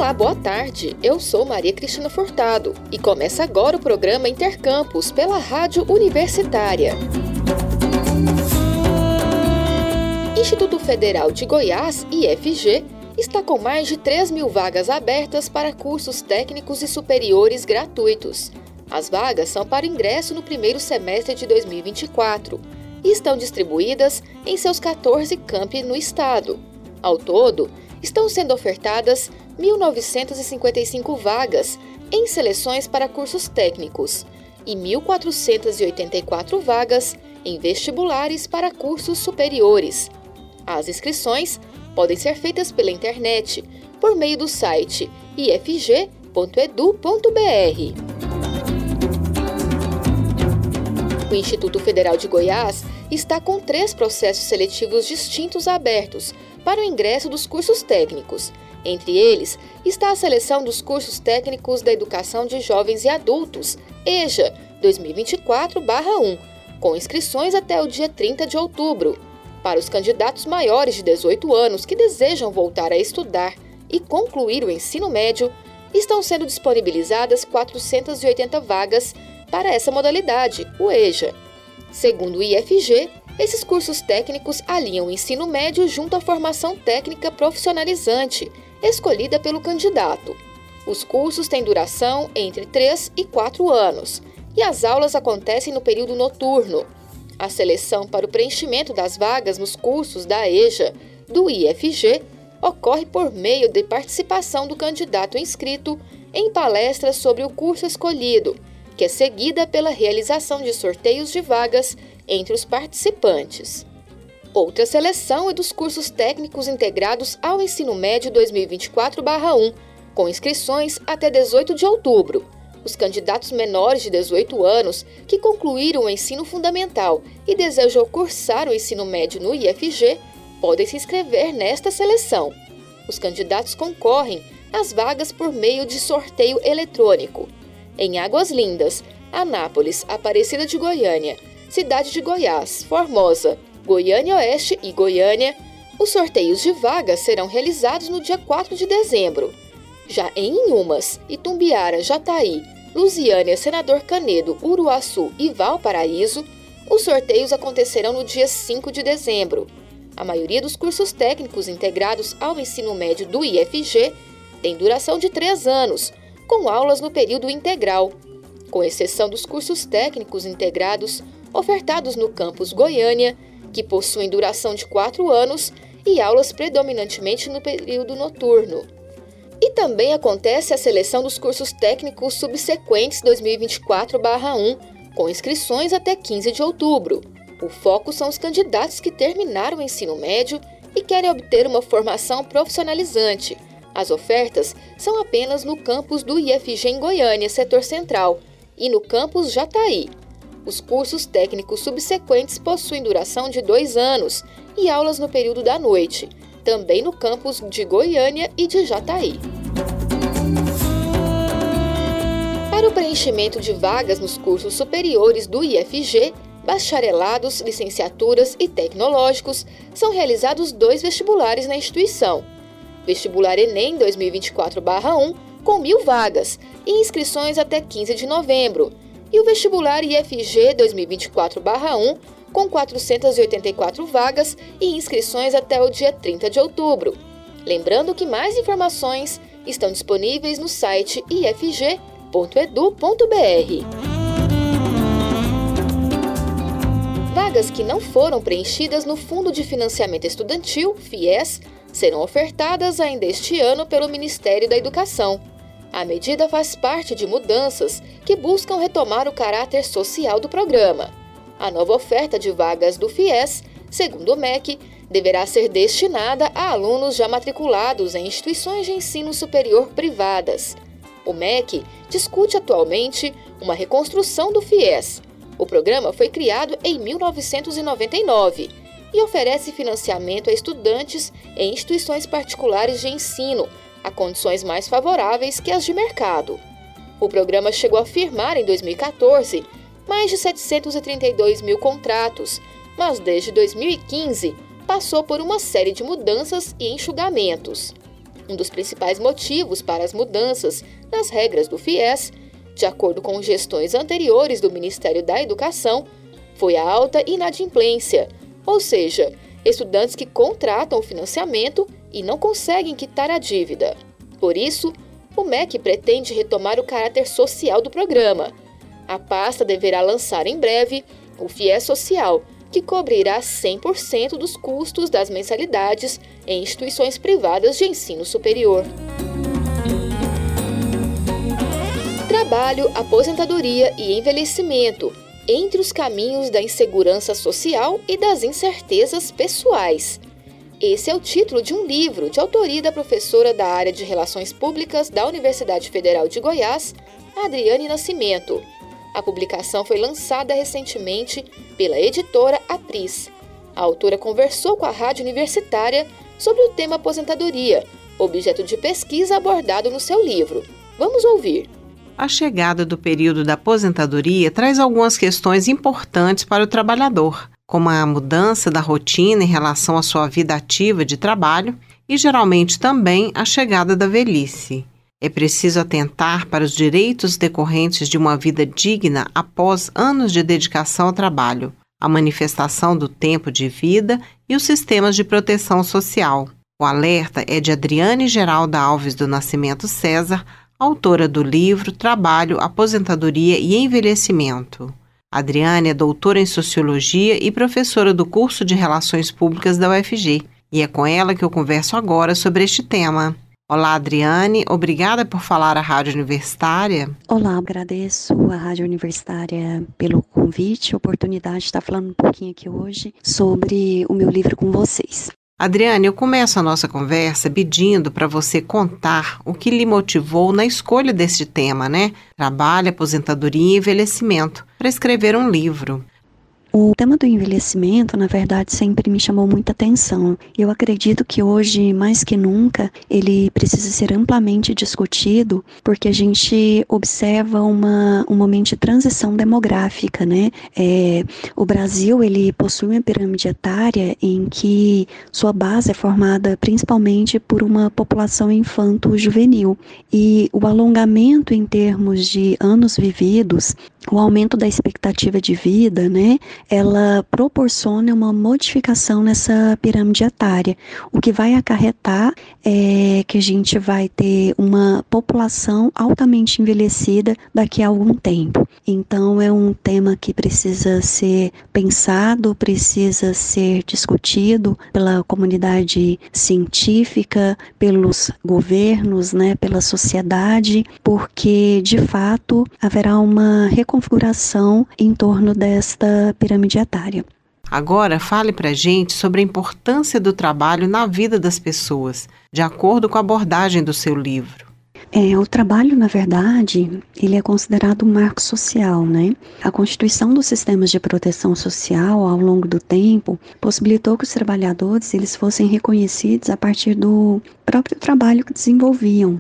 Olá, boa tarde. Eu sou Maria Cristina Furtado e começa agora o programa Intercampus pela Rádio Universitária. Instituto Federal de Goiás, IFG, está com mais de 3.000 vagas abertas para cursos técnicos e superiores gratuitos. As vagas são para ingresso no primeiro semestre de 2024 e estão distribuídas em seus 14 campi no estado. Ao todo, estão sendo ofertadas 1.955 vagas em seleções para cursos técnicos e 1.484 vagas em vestibulares para cursos superiores. As inscrições podem ser feitas pela internet, por meio do site ifg.edu.br. O Instituto Federal de Goiás está com 3 processos seletivos distintos abertos para o ingresso dos cursos técnicos. Entre eles, está a seleção dos cursos técnicos da Educação de Jovens e Adultos, EJA 2024/1, com inscrições até o dia 30 de outubro. Para os candidatos maiores de 18 anos que desejam voltar a estudar e concluir o ensino médio, estão sendo disponibilizadas 480 vagas para essa modalidade, o EJA. Segundo o IFG, esses cursos técnicos alinham o ensino médio junto à formação técnica profissionalizante, escolhida pelo candidato. Os cursos têm duração entre 3 e 4 anos, e as aulas acontecem no período noturno. A seleção para o preenchimento das vagas nos cursos da EJA do IFG ocorre por meio de participação do candidato inscrito em palestras sobre o curso escolhido, que é seguida pela realização de sorteios de vagas entre os participantes. Outra seleção é dos cursos técnicos integrados ao ensino médio 2024/1, com inscrições até 18 de outubro. Os candidatos menores de 18 anos que concluíram o ensino fundamental e desejam cursar o ensino médio no IFG podem se inscrever nesta seleção. Os candidatos concorrem às vagas por meio de sorteio eletrônico. Em Águas Lindas, Anápolis, Aparecida de Goiânia, Cidade de Goiás, Formosa, Goiânia Oeste e Goiânia, os sorteios de vagas serão realizados no dia 4 de dezembro. Já em Inhumas, Itumbiara, Jataí, Lusiânia, Senador Canedo, Uruaçu e Valparaíso, os sorteios acontecerão no dia 5 de dezembro. A maioria dos cursos técnicos integrados ao ensino médio do IFG tem duração de 3 anos, com aulas no período integral, com exceção dos cursos técnicos integrados ofertados no campus Goiânia, que possuem duração de 4 anos e aulas predominantemente no período noturno. E também acontece a seleção dos cursos técnicos subsequentes 2024/1, com inscrições até 15 de outubro. O foco são os candidatos que terminaram o ensino médio e querem obter uma formação profissionalizante. As ofertas são apenas no campus do IFG em Goiânia, setor central, e no campus Jataí. Os cursos técnicos subsequentes possuem duração de 2 anos e aulas no período da noite, também no campus de Goiânia e de Jataí. Para o preenchimento de vagas nos cursos superiores do IFG, bacharelados, licenciaturas e tecnológicos, são realizados 2 vestibulares na instituição. Vestibular Enem 2024/1, com 1.000 vagas e inscrições até 15 de novembro, e o vestibular IFG 2024/1, com 484 vagas e inscrições até o dia 30 de outubro. Lembrando que mais informações estão disponíveis no site ifg.edu.br. Vagas que não foram preenchidas no Fundo de Financiamento Estudantil, FIES, serão ofertadas ainda este ano pelo Ministério da Educação. A medida faz parte de mudanças que buscam retomar o caráter social do programa. A nova oferta de vagas do FIES, segundo o MEC, deverá ser destinada a alunos já matriculados em instituições de ensino superior privadas. O MEC discute atualmente uma reconstrução do FIES. O programa foi criado em 1999 e oferece financiamento a estudantes em instituições particulares de ensino, a condições mais favoráveis que as de mercado. O programa chegou a firmar em 2014 mais de 732 mil contratos, mas desde 2015 passou por uma série de mudanças e enxugamentos. Um dos principais motivos para as mudanças nas regras do FIES, de acordo com gestões anteriores do Ministério da Educação, foi a alta inadimplência, ou seja, estudantes que contratam o financiamento e não conseguem quitar a dívida. Por isso, o MEC pretende retomar o caráter social do programa. A pasta deverá lançar em breve o FIES Social, que cobrirá 100% dos custos das mensalidades em instituições privadas de ensino superior. Trabalho, aposentadoria e envelhecimento, entre os caminhos da insegurança social e das incertezas pessoais. Esse é o título de um livro de autoria da professora da área de Relações Públicas da Universidade Federal de Goiás, Adriane Nascimento. A publicação foi lançada recentemente pela editora Apris. A autora conversou com a rádio universitária sobre o tema aposentadoria, objeto de pesquisa abordado no seu livro. Vamos ouvir. A chegada do período da aposentadoria traz algumas questões importantes para o trabalhador, como a mudança da rotina em relação à sua vida ativa de trabalho e, geralmente, também a chegada da velhice. É preciso atentar para os direitos decorrentes de uma vida digna após anos de dedicação ao trabalho, a manifestação do tempo de vida e os sistemas de proteção social. O alerta é de Adriane Geralda Alves do Nascimento César, autora do livro Trabalho, Aposentadoria e Envelhecimento. Adriane é doutora em Sociologia e professora do curso de Relações Públicas da UFG, e é com ela que eu converso agora sobre este tema. Olá, Adriane, obrigada por falar à Rádio Universitária. Olá, agradeço à Rádio Universitária pelo convite, a oportunidade de estar falando um pouquinho aqui hoje sobre o meu livro com vocês. Adriane, eu começo a nossa conversa pedindo para você contar o que lhe motivou na escolha deste tema, né? Trabalho, aposentadoria e envelhecimento, para escrever um livro. O tema do envelhecimento, na verdade, sempre me chamou muita atenção. Eu acredito que hoje, mais que nunca, ele precisa ser amplamente discutido, porque a gente observa um momento de transição demográfica, né? O Brasil, ele possui uma pirâmide etária em que sua base é formada principalmente por uma população infanto-juvenil. E o alongamento em termos de anos vividos, o aumento da expectativa de vida, né, ela proporciona uma modificação nessa pirâmide etária, o que vai acarretar que a gente vai ter uma população altamente envelhecida daqui a algum tempo. Então, é um tema que precisa ser pensado, precisa ser discutido pela comunidade científica, pelos governos, né, pela sociedade, porque, de fato, haverá uma reconfiguração em torno desta pirâmide etária. Agora, fale para a gente sobre a importância do trabalho na vida das pessoas, de acordo com a abordagem do seu livro. O trabalho, na verdade, ele é considerado um marco social, né? A constituição dos sistemas de proteção social, ao longo do tempo, possibilitou que os trabalhadores eles fossem reconhecidos a partir do próprio trabalho que desenvolviam.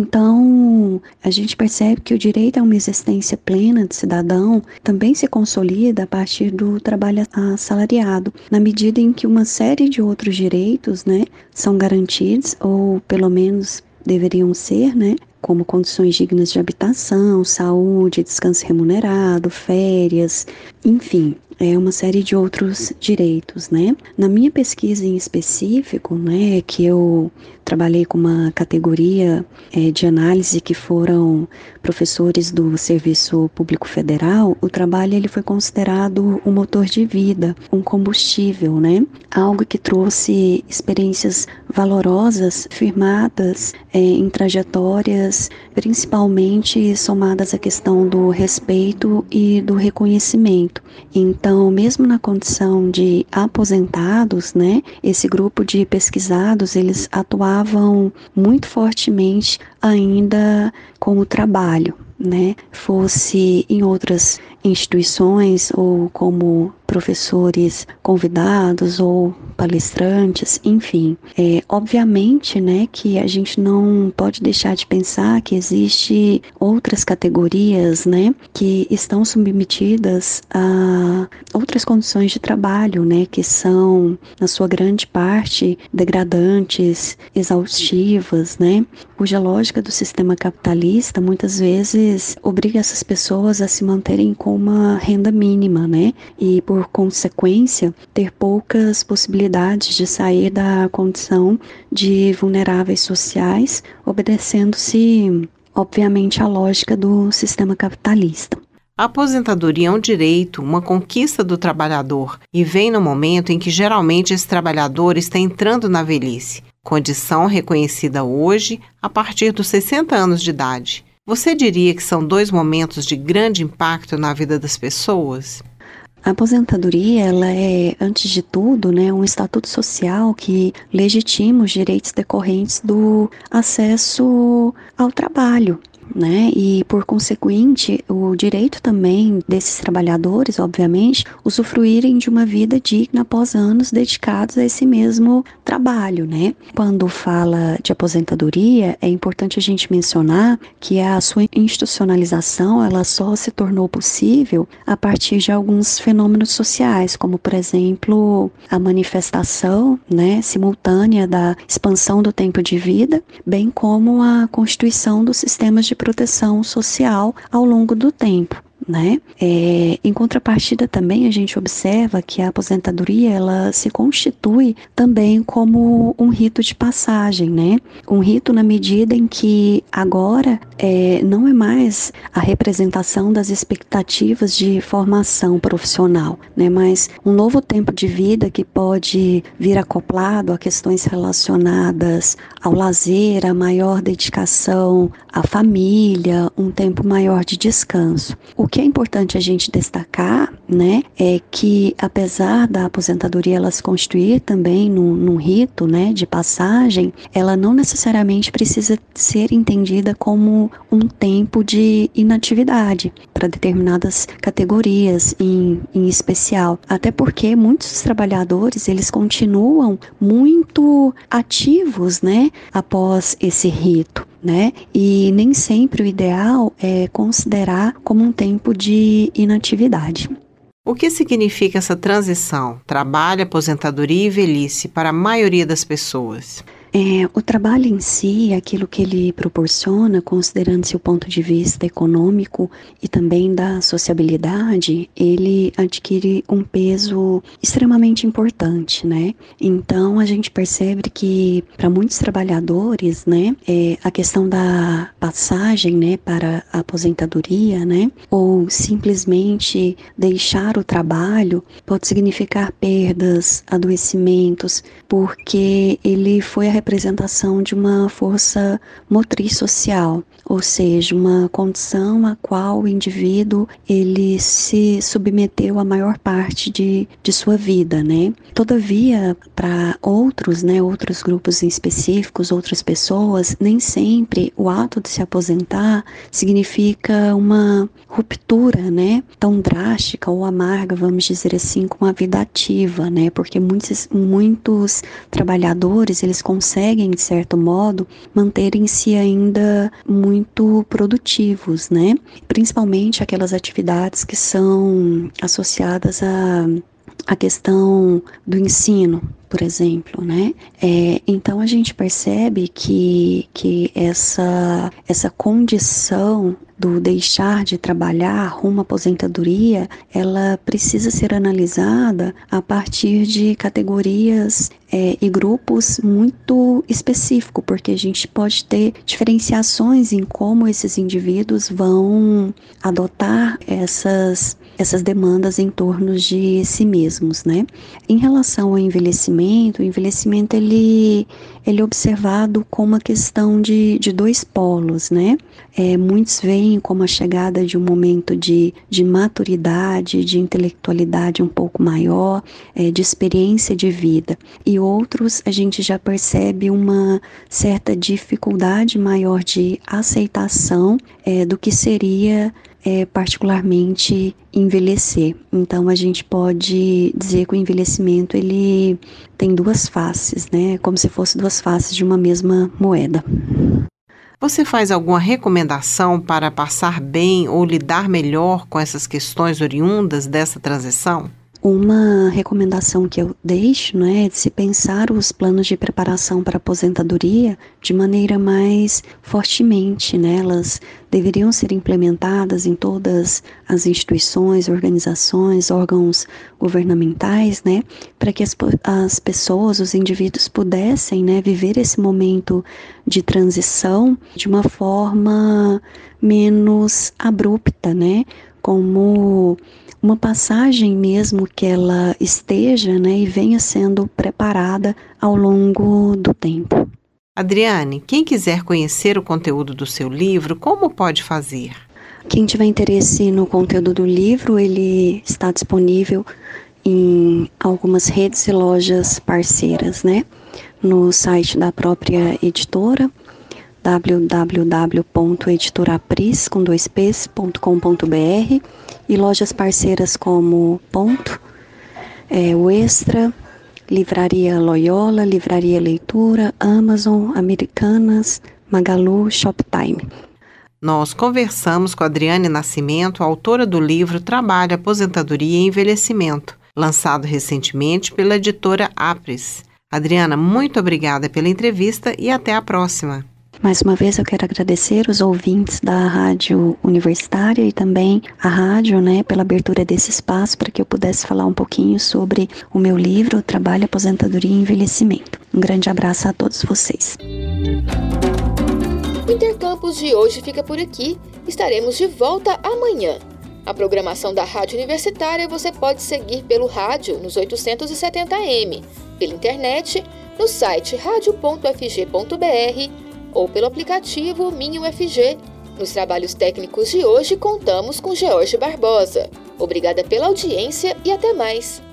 Então, a gente percebe que o direito a uma existência plena de cidadão também se consolida a partir do trabalho assalariado, na medida em que uma série de outros direitos, né, são garantidos, ou pelo menos deveriam ser, né, como condições dignas de habitação, saúde, descanso remunerado, férias, enfim, uma série de outros direitos, né? Na minha pesquisa em específico, né, que eu trabalhei com uma categoria de análise que foram professores do Serviço Público Federal, o trabalho ele foi considerado um motor de vida, um combustível, né? Algo que trouxe experiências valorosas, firmadas em trajetórias, principalmente somadas à questão do respeito e do reconhecimento. Então, mesmo na condição de aposentados, né, esse grupo de pesquisados, eles atuavam muito fortemente ainda com o trabalho, né, fosse em outras instituições ou como professores convidados ou palestrantes, enfim. Obviamente, né, que a gente não pode deixar de pensar que existe outras categorias, né, que estão submetidas a outras condições de trabalho, né, que são, na sua grande parte, degradantes, exaustivas, né, cuja lógica do sistema capitalista muitas vezes obriga essas pessoas a se manterem com uma renda mínima, né, e por consequência ter poucas possibilidades de sair da condição de vulneráveis sociais, obedecendo-se, obviamente, à lógica do sistema capitalista. A aposentadoria é um direito, uma conquista do trabalhador e vem no momento em que geralmente esse trabalhador está entrando na velhice, condição reconhecida hoje a partir dos 60 anos de idade. Você diria que são 2 momentos de grande impacto na vida das pessoas? A aposentadoria, ela é, antes de tudo, né, um estatuto social que legitima os direitos decorrentes do acesso ao trabalho, né, e por consequente, o direito também desses trabalhadores, obviamente, usufruírem de uma vida digna após anos dedicados a esse mesmo trabalho, né. Quando fala de aposentadoria, é importante a gente mencionar que a sua institucionalização, ela só se tornou possível a partir de alguns fenômenos sociais, como, por exemplo, a manifestação, né, simultânea da expansão do tempo de vida, bem como a constituição dos sistemas de proteção social ao longo do tempo, né? Em contrapartida também a gente observa que a aposentadoria ela se constitui também como um rito de passagem, né? Um rito na medida em que agora não é mais a representação das expectativas de formação profissional, né? Mas um novo tempo de vida que pode vir acoplado a questões relacionadas ao lazer, a maior dedicação à família, um tempo maior de descanso. O que é importante a gente destacar, né, é que apesar da aposentadoria ela se constituir também num rito, né, de passagem, ela não necessariamente precisa ser entendida como um tempo de inatividade para determinadas categorias em especial, até porque muitos trabalhadores eles continuam muito ativos, né, após esse rito, né? E nem sempre o ideal é considerar como um tempo de inatividade. O que significa essa transição, trabalho, aposentadoria e velhice para a maioria das pessoas? O trabalho em si, aquilo que ele proporciona, considerando-se o ponto de vista econômico e também da sociabilidade, ele adquire um peso extremamente importante, né? Então, a gente percebe que para muitos trabalhadores, né, a questão da passagem, né, para a aposentadoria, né, ou simplesmente deixar o trabalho pode significar perdas, adoecimentos, porque ele foi a representação de uma força motriz social, ou seja, uma condição a qual o indivíduo ele se submeteu a maior parte de sua vida, né? Todavia, para outros, né, outros grupos específicos, outras pessoas, nem sempre o ato de se aposentar significa uma ruptura, né, tão drástica ou amarga, vamos dizer assim, com a vida ativa, né? Porque muitos trabalhadores, eles conseguem, de certo modo, manterem-se ainda muito produtivos, né? Principalmente aquelas atividades que são associadas à questão do ensino, por exemplo, né? Então a gente percebe que essa condição do deixar de trabalhar rumo à aposentadoria, ela precisa ser analisada a partir de categorias e grupos muito específicos, porque a gente pode ter diferenciações em como esses indivíduos vão adotar essas demandas em torno de si mesmos, né? Em relação ao envelhecimento, o envelhecimento ele é observado como uma questão de 2 polos, né? Muitos veem como a chegada de um momento de maturidade, de intelectualidade um pouco maior, de experiência de vida. E outros, a gente já percebe uma certa dificuldade maior de aceitação do que seria particularmente envelhecer. Então a gente pode dizer que o envelhecimento ele tem duas faces, né? Como se fosse duas faces de uma mesma moeda. Você faz alguma recomendação para passar bem ou lidar melhor com essas questões oriundas dessa transição? Uma recomendação que eu deixo, é de se pensar os planos de preparação para a aposentadoria de maneira mais fortemente, Elas deveriam ser implementadas em todas as instituições, organizações, órgãos governamentais, para que as pessoas, os indivíduos pudessem, viver esse momento de transição de uma forma menos abrupta, como uma passagem mesmo que ela esteja, e venha sendo preparada ao longo do tempo. Adriane, quem quiser conhecer o conteúdo do seu livro, como pode fazer? Quem tiver interesse no conteúdo do livro, ele está disponível em algumas redes e lojas parceiras, no site da própria editora, www.editorapris.com.br, e lojas parceiras como Ponto, o Extra, Livraria Loyola, Livraria Leitura, Amazon, Americanas, Magalu, Shoptime. Nós conversamos com Adriane Nascimento, autora do livro Trabalho, Aposentadoria e Envelhecimento, lançado recentemente pela editora Apris. Adriana, muito obrigada pela entrevista e até a próxima. Mais uma vez eu quero agradecer os ouvintes da Rádio Universitária e também a rádio, pela abertura desse espaço para que eu pudesse falar um pouquinho sobre o meu livro Trabalho, Aposentadoria e Envelhecimento. Um grande abraço a todos vocês. O Intercampus de hoje fica por aqui. Estaremos de volta amanhã. A programação da Rádio Universitária você pode seguir pelo rádio nos 870M, pela internet, no site radio.fg.br ou pelo aplicativo Minho FG. Nos trabalhos técnicos de hoje contamos com George Barbosa. Obrigada pela audiência e até mais.